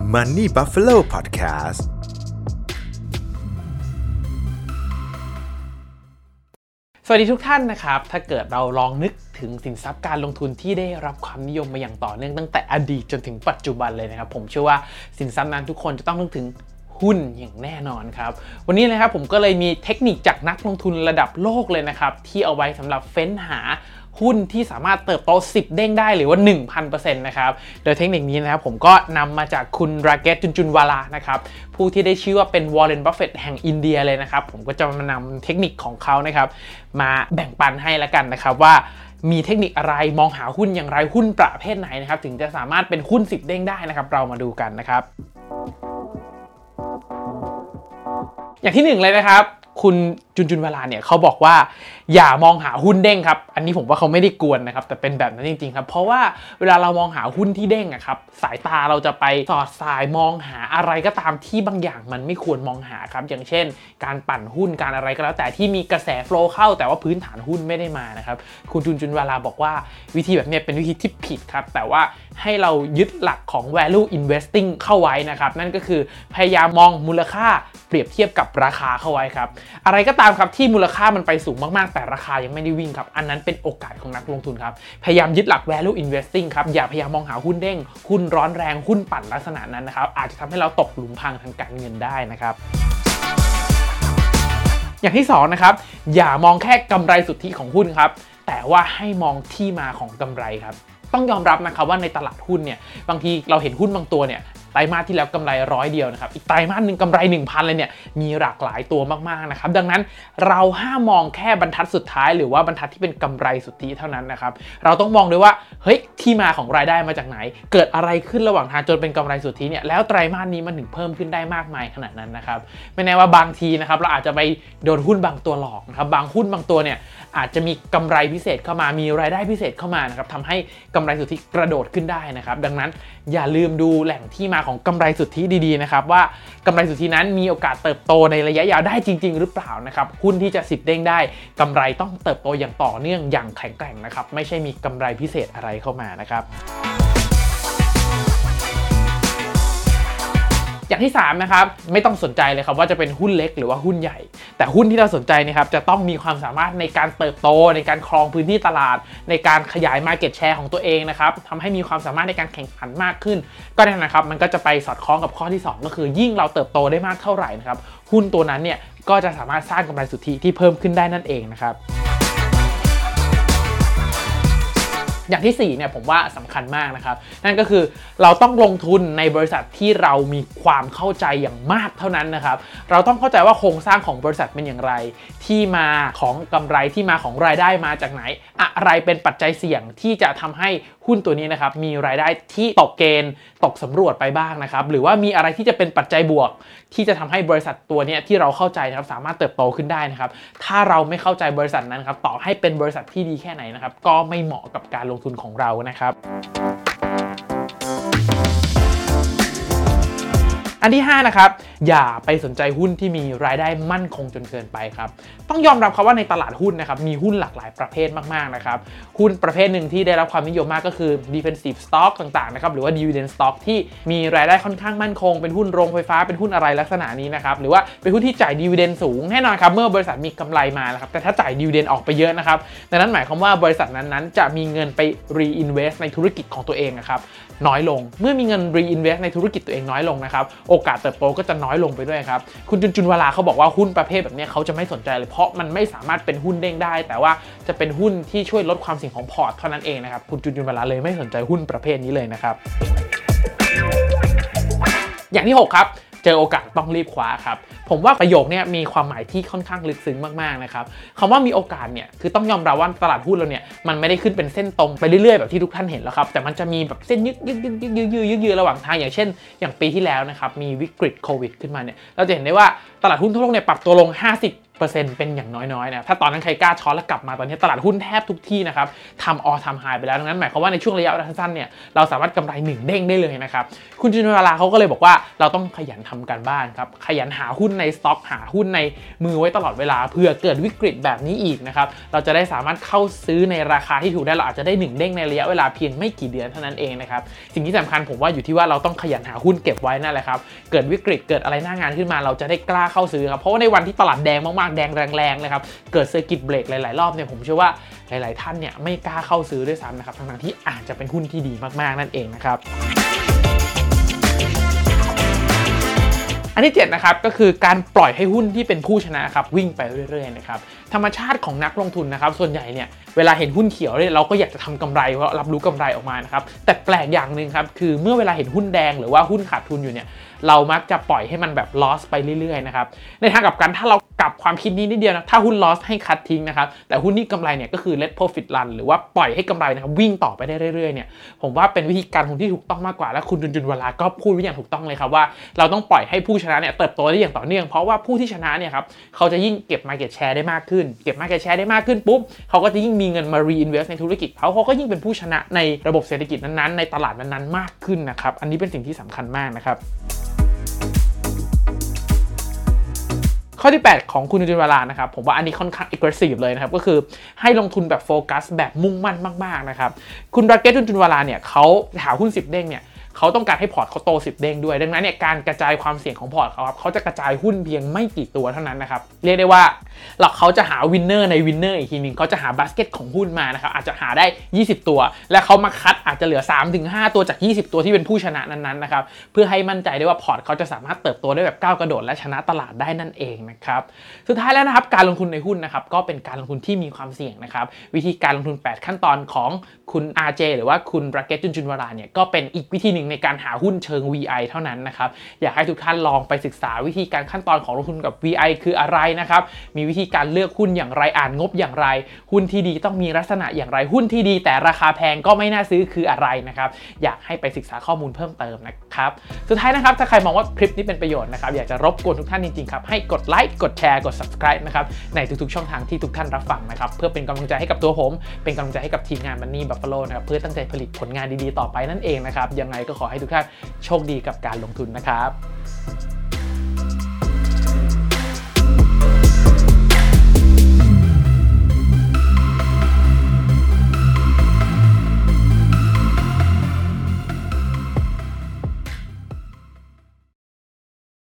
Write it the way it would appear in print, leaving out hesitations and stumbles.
Money Buffalo Podcast สวัสดีทุกท่านนะครับถ้าเกิดเราลองนึกถึงสินทรัพย์การลงทุนที่ได้รับความนิยมมาอย่างต่อเนื่องตั้งแต่อดีตจนถึงปัจจุบันเลยนะครับผมเชื่อว่าสินทรัพย์นั้นทุกคนจะต้องนึกถึงหุ้นอย่างแน่นอนครับวันนี้นะครับผมก็เลยมีเทคนิคจากนักลงทุนระดับโลกเลยนะครับที่เอาไว้สำหรับเฟ้นหาหุ้นที่สามารถเติบโต10เด้งได้หรือว่า 1,000% นะครับโดยเทคนิคนี้นะครับผมก็นำมาจากคุณราเกตจุนวาลานะครับผู้ที่ได้ชื่อว่าเป็นวอร์เรน บัฟเฟตต์แห่งอินเดียเลยนะครับผมก็จะมานำเทคนิคของเขานะครับมาแบ่งปันให้แล้วกันนะครับว่ามีเทคนิคอะไรมองหาหุ้นอย่างไรหุ้นประเภทไหนนะครับถึงจะสามารถเป็นหุ้น10เด้งได้นะครับเรามาดูกันนะครับอย่างที่1เลยนะครับคุณจุนวาลาเนี่ยเขาบอกว่าอย่ามองหาหุ้นเด้งครับอันนี้ผมว่าเขาไม่ได้กวนนะครับแต่เป็นแบบนั้นจริงๆครับเพราะว่าเวลาเรามองหาหุ้นที่เด้งอะครับสายตาเราจะไปสอดสายมองหาอะไรก็ตามที่บางอย่างมันไม่ควรมองหาครับอย่างเช่นการปั่นหุ้นการอะไรก็แล้วแต่ที่มีกระแสโฟลว์เข้าแต่ว่าพื้นฐานหุ้นไม่ได้มานะครับคุณจุนวาลาบอกว่าวิธีแบบนี้เป็นวิธีที่ผิดครับแต่ว่าให้เรายึดหลักของ value investing เข้าไว้นะครับนั่นก็คือพยายามมองมูลค่าเปรียบเทียบกับราคาเข้าไว้ครับอะไรก็ตามครับที่มูลค่ามันไปสูงมากๆแต่ราคายังไม่ได้วิ่งครับอันนั้นเป็นโอกาสของนักลงทุนครับพยายามยึดหลัก value investing ครับอย่าพยายามมองหาหุ้นเด้งหุ้นร้อนแรงหุ้นปั่นลักษณะนั้นนะครับอาจจะทำให้เราตกหลุมพรางทางการเงินได้นะครับอย่างที่2นะครับอย่ามองแค่กำไรสุทธิของหุ้นครับแต่ว่าให้มองที่มาของกำไรครับต้องยอมรับนะครับว่าในตลาดหุ้นเนี่ยบางทีเราเห็นหุ้นบางตัวเนี่ยไตรมาสที่แล้วกำไร100เดียวนะครับอีกไตรมาสนึงกำไร 1,000 เลยเนี่ยมีหลากหลายตัวมากๆนะครับดังนั้นเราห้ามมองแค่บรรทัดสุดท้ายหรือว่าบรรทัดที่เป็นกำไรสุทธิเท่านั้นนะครับเราต้องมองด้วยว่าเฮ้ยที่มาของรายได้มาจากไหนเกิดอะไรขึ้นระหว่างทางจนเป็นกำไรสุทธิเนี่ยแล้วไตรมาสนี้มันถึงเพิ่มขึ้นได้มากมายขนาดนั้นนะครับไม่แน่ว่าบางทีนะครับเราอาจจะไปโดนหุ้นบางตัวหลอกนะครับบางหุ้นบางตัวเนี่ยอาจจะมีกำไรพิเศษเข้ามามีรายได้พิเศษเข้ามานะครับทำให้กำไรสุทธิกระโดดขึ้นได้นะครับดังนั้นอย่าลืมดูแหล่งที่มาของกำไรสุทธิดีๆนะครับว่ากำไรสุทธินั้นมีโอกาสเติบโตในระยะยาวได้จริงๆหรือเปล่านะครับหุ้นที่จะ10เด้งได้กำไรต้องเติบโตอย่างต่อเนื่องอย่างแข็งแกร่งนะครับไม่ใช่มีกำไรพิเศษอะไรเข้ามานะครับอย่างที่3นะครับไม่ต้องสนใจเลยครับว่าจะเป็นหุ้นเล็กหรือว่าหุ้นใหญ่แต่หุ้นที่เราสนใจนะครับจะต้องมีความสามารถในการเติบโตในการครองพื้นที่ตลาดในการขยาย market share ของตัวเองนะครับทำให้มีความสามารถในการแข่งขันมากขึ้นก็ได้นะครับมันก็จะไปสอดคล้องกับข้อที่2ก็คือยิ่งเราเติบโตได้มากเท่าไหร่นะครับหุ้นตัวนั้นเนี่ยก็จะสามารถสร้างกำไรสุทธิที่เพิ่มขึ้นได้นั่นเองนะครับอย่างที่4เนี่ยผมว่าสำคัญมากนะครับนั่นก็คือเราต้องลงทุนในบริษัทที่เรามีความเข้าใจอย่างมากเท่านั้นนะครับเราต้องเข้าใจว่าโครงสร้างของบริษัทเป็นอย่างไรที่มาของกำไรที่มาของรายได้มาจากไหนอะไรเป็นปัจจัยเสี่ยงที่จะทำให้หุ้นตัวนี้นะครับมีรายได้ที่ตกเกณฑ์ตกสำรวจไปบ้างนะครับหรือว่ามีอะไรที่จะเป็นปัจจัยบวกที่จะทำให้บริษัทตัวนี้ที่เราเข้าใจนะครับสามารถเติบโตขึ้นได้นะครับถ้าเราไม่เข้าใจบริษัทนั้นครับต่อให้เป็นบริษัทที่ดีแค่ไหนนะครับก็ไม่เหมาะกับการลงทุนของเรานะครับอันที่5นะครับอย่าไปสนใจหุ้นที่มีรายได้มั่นคงจนเกินไปครับต้องยอมรับครับว่าในตลาดหุ้นนะครับมีหุ้นหลากหลายประเภทมากๆนะครับหุ้นประเภทหนึ่งที่ได้รับความนิยมมากก็คือ defensive stock ต่างๆนะครับหรือว่า dividend stock ที่มีรายได้ค่อนข้างมั่นคงเป็นหุ้นโรงไฟฟ้าเป็นหุ้นอะไรลักษณะนี้นะครับหรือว่าเป็นหุ้นที่จ่าย dividend สูงแน่นอนครับเมื่อบริษัทมีกำไรมานะครับแต่ถ้าจ่าย dividend ออกไปเยอะนะครับดังนั้นหมายความว่าบริษัทนั้นๆจะมีเงินไป reinvest ในธุรกิจของตัวเองนะครับน้อยลงเมื่อมีเงิน reinvest ในธุรกิจตัวเองน้อยลงนะครับโอกาสเติบโตก็จะน้อยลงไปด้วยครับคุณจุนวาลาเขาบอกว่าหุ้นประเภทแบบนี้เขาจะไม่สนใจเลยเพราะมันไม่สามารถเป็นหุ้นเด้งได้แต่ว่าจะเป็นหุ้นที่ช่วยลดความเสี่ยงของพอร์ตเท่านั้นเองนะครับคุณจุนวาลาเลยไม่สนใจหุ้นประเภทนี้เลยนะครับอย่างที่6ครับเจอโอกาสต้องรีบคว้าครับผมว่าประโยคนี้มีความหมายที่ค่อนข้างลึกซึ้งมากๆนะครับคำว่ามีโอกาสเนี่ยคือต้องยอมรับว่าตลาดหุ้นเราเนี่ยมันไม่ได้ขึ้นเป็นเส้นตรงไปเรื่อยๆแบบที่ทุกท่านเห็นแล้วครับแต่มันจะมีแบบเส้นยืดระหว่างทางอย่างเช่นอย่างปีที่แล้วนะครับมีวิกฤตโควิดขึ้นมาเนี่ยเราจะเห็นได้ว่าตลาดหุ้นทั่วโลกเนี่ยปรับตัวลง 10%เป็นอย่างน้อยๆนะถ้าตอนนั้นใครกล้าช็อตแล้วกลับมาตอนนี้ตลาดหุ้นแทบทุกที่นะครับทำall time highไปแล้วดังนั้นหมายความว่าในช่วงระยะเวลาสั้นๆเนี่ยเราสามารถกำไร1เด้งได้เลยนะครับคุณจินตราเขาก็เลยบอกว่าเราต้องขยันทำการบ้านครับขยันหาหุ้นในสต็อกหาหุ้นในมือไว้ตลอดเวลาเผื่อเกิดวิกฤตแบบนี้อีกนะครับเราจะได้สามารถเข้าซื้อในราคาที่ถูกได้เราอาจจะได้1เด้งในระยะเวลาเพียงไม่กี่เดือนเท่านั้นเองนะครับสิ่งที่สำคัญผมว่าอยู่ที่ว่าเราต้องขยันหาหุ้นเก็บไว้นั่นแหละครับเกิดวิกฤตเกิดอะไรหน้างานขึ้นมาเราจะได้กล้าเข้าซื้อครับเพราะว่าในวันที่ตลาดแดงมากๆแดงแรงๆนะครับเกิดเซอร์กิตเบรกหลายๆรอบเนี่ยผมเชื่อว่าหลายๆท่านเนี่ยไม่กล้าเข้าซื้อด้วยซ้ำนะครับทั้งๆที่อาจจะเป็นหุ้นที่ดีมากๆนั่นเองนะครับอันที่7นะครับก็คือการปล่อยให้หุ้นที่เป็นผู้ชนะครับวิ่งไปเรื่อยๆนะครับธรรมชาติของนักลงทุนนะครับส่วนใหญ่เนี่ยเวลาเห็นหุ้นเขียวเนี่ยเราก็อยากจะทำกำไรเพราะรับรู้กำไรออกมานะครับแต่แปลกอย่างนึงครับคือเมื่อเวลาเห็นหุ้นแดงหรือว่าหุ้นขาดทุนอยู่เนี่ยเรามักจะปล่อยให้มันแบบ loss ไปเรื่อยๆนะครับในทางกลับกันถ้าเรากลับความคิดนี้นิดเดียวนะถ้าหุ้น loss ให้คัดทิ้งนะครับแต่หุ้นที่กำไรเนี่ยก็คือ let profit run หรือว่าปล่อยให้กำไรนะครับวิ่งต่อไปได้เรื่อยๆเนี่ยผมว่าเป็นวิธีการลงทุนที่ถูกต้องมากกว่าและคุณจุนวราก็พูดไว้อย่างถูกต้องเลยครับว่าเราต้องปล่อยให้ผู้ชนะเนี่ยเติบโตได้อย่างต่อเนื่องเพราะว่าผู้ที่ชนะเนี่ยครับเขาจะยิ่งเก็บ market share ได้มากขึ้นเก็บ market share ได้มากขึ้นปุ๊บเขาก็จะยิ่งมีเงินมา reinvest ในธุรกิจเขาก็ยิ่งเป็นผู้ชนะในระบบเศรษฐกิจนั้นๆในตลาดนั้นๆมากขึ้นนะครับอันนี้เป็นสิ่งที่สำคัญมากนะครับข้อที่8ของคุณจุนวรานะครับผมว่าอันนี้ค่อนข้าง aggressive เลยนะครับก็คือให้ลงทุนแบบโฟกัสแบบมุ่งมั่นมากๆนะครับคุณราเกตจุนวราเนี่ยเขาหาหุ้น10เด้งเนี่ยเขาต้องการให้พอร์ตเขาโต10เด้งด้วยดังนั้นเนี่ยการกระจายความเสี่ยงของพอร์ตเขาครับเขาจะกระจายหุ้นเพียงไม่กี่ตัวเท่านั้นนะครับเรียกได้ว่าเขาจะหาวินเนอร์ในวินเนอร์อีกทีนึงเขาจะหาบาสเกตของหุ้นมานะครับอาจจะหาได้20ตัวและเขามาคัดอาจจะเหลือ 3-5 ตัวจาก20ตัวที่เป็นผู้ชนะนั้นๆนะครับเพื่อให้มั่นใจได้ว่าพอร์ตเขาจะสามารถเติบโตได้แบบก้าวกระโดดและชนะตลาดได้นั่นเองนะครับสุดท้ายแล้วนะครับการลงทุนในหุ้นนะครับก็เป็นการลงทุนที่มีความเสี่ยงนะครับวิธีการลงทุน8ขั้นตอนของคุณ RJ หรือว่าคุณราเกตจุนวราเนี่ยก็เป็นอีกวิธีหนึ่งในการหาหุ้นเชิง VI เท่านั้นนะครับอยากให้ทุกท่านลองไปศึกษาวิธีการขั้นตอนของลงทุนกับ VI คืออะไรนะครับมีวิธีการเลือกหุ้นอย่างไรอ่านงบอย่างไรหุ้นที่ดีต้องมีลักษณะอย่างไรหุ้นที่ดีแต่ราคาแพงก็ไม่น่าซื้อคืออะไรนะครับอยากให้ไปศึกษาข้อมูลเพิ่มเติมนะครับสุดท้ายนะครับถ้าใครมองว่าคลิปนี้เป็นประโยชน์นะครับอยากจะรบกวนทุกท่านจริงๆครับให้กดไลค์กดแชร์กด Subscribe นะครับในทุกๆช่องทางที่ทุกท่านรับฟังนะครับเพื่อเป็นกำลังใจให้กับตัวผมเป็นกำลังใจให้กับทีมงาน Money Buffalo นะครับเพื่อตั้งใจผลิตผลงานดีๆต่อไปนั่นเองนะครับยังไงก็ขอให้ทุกท่านโชคดีกับการลงทุนนะครับ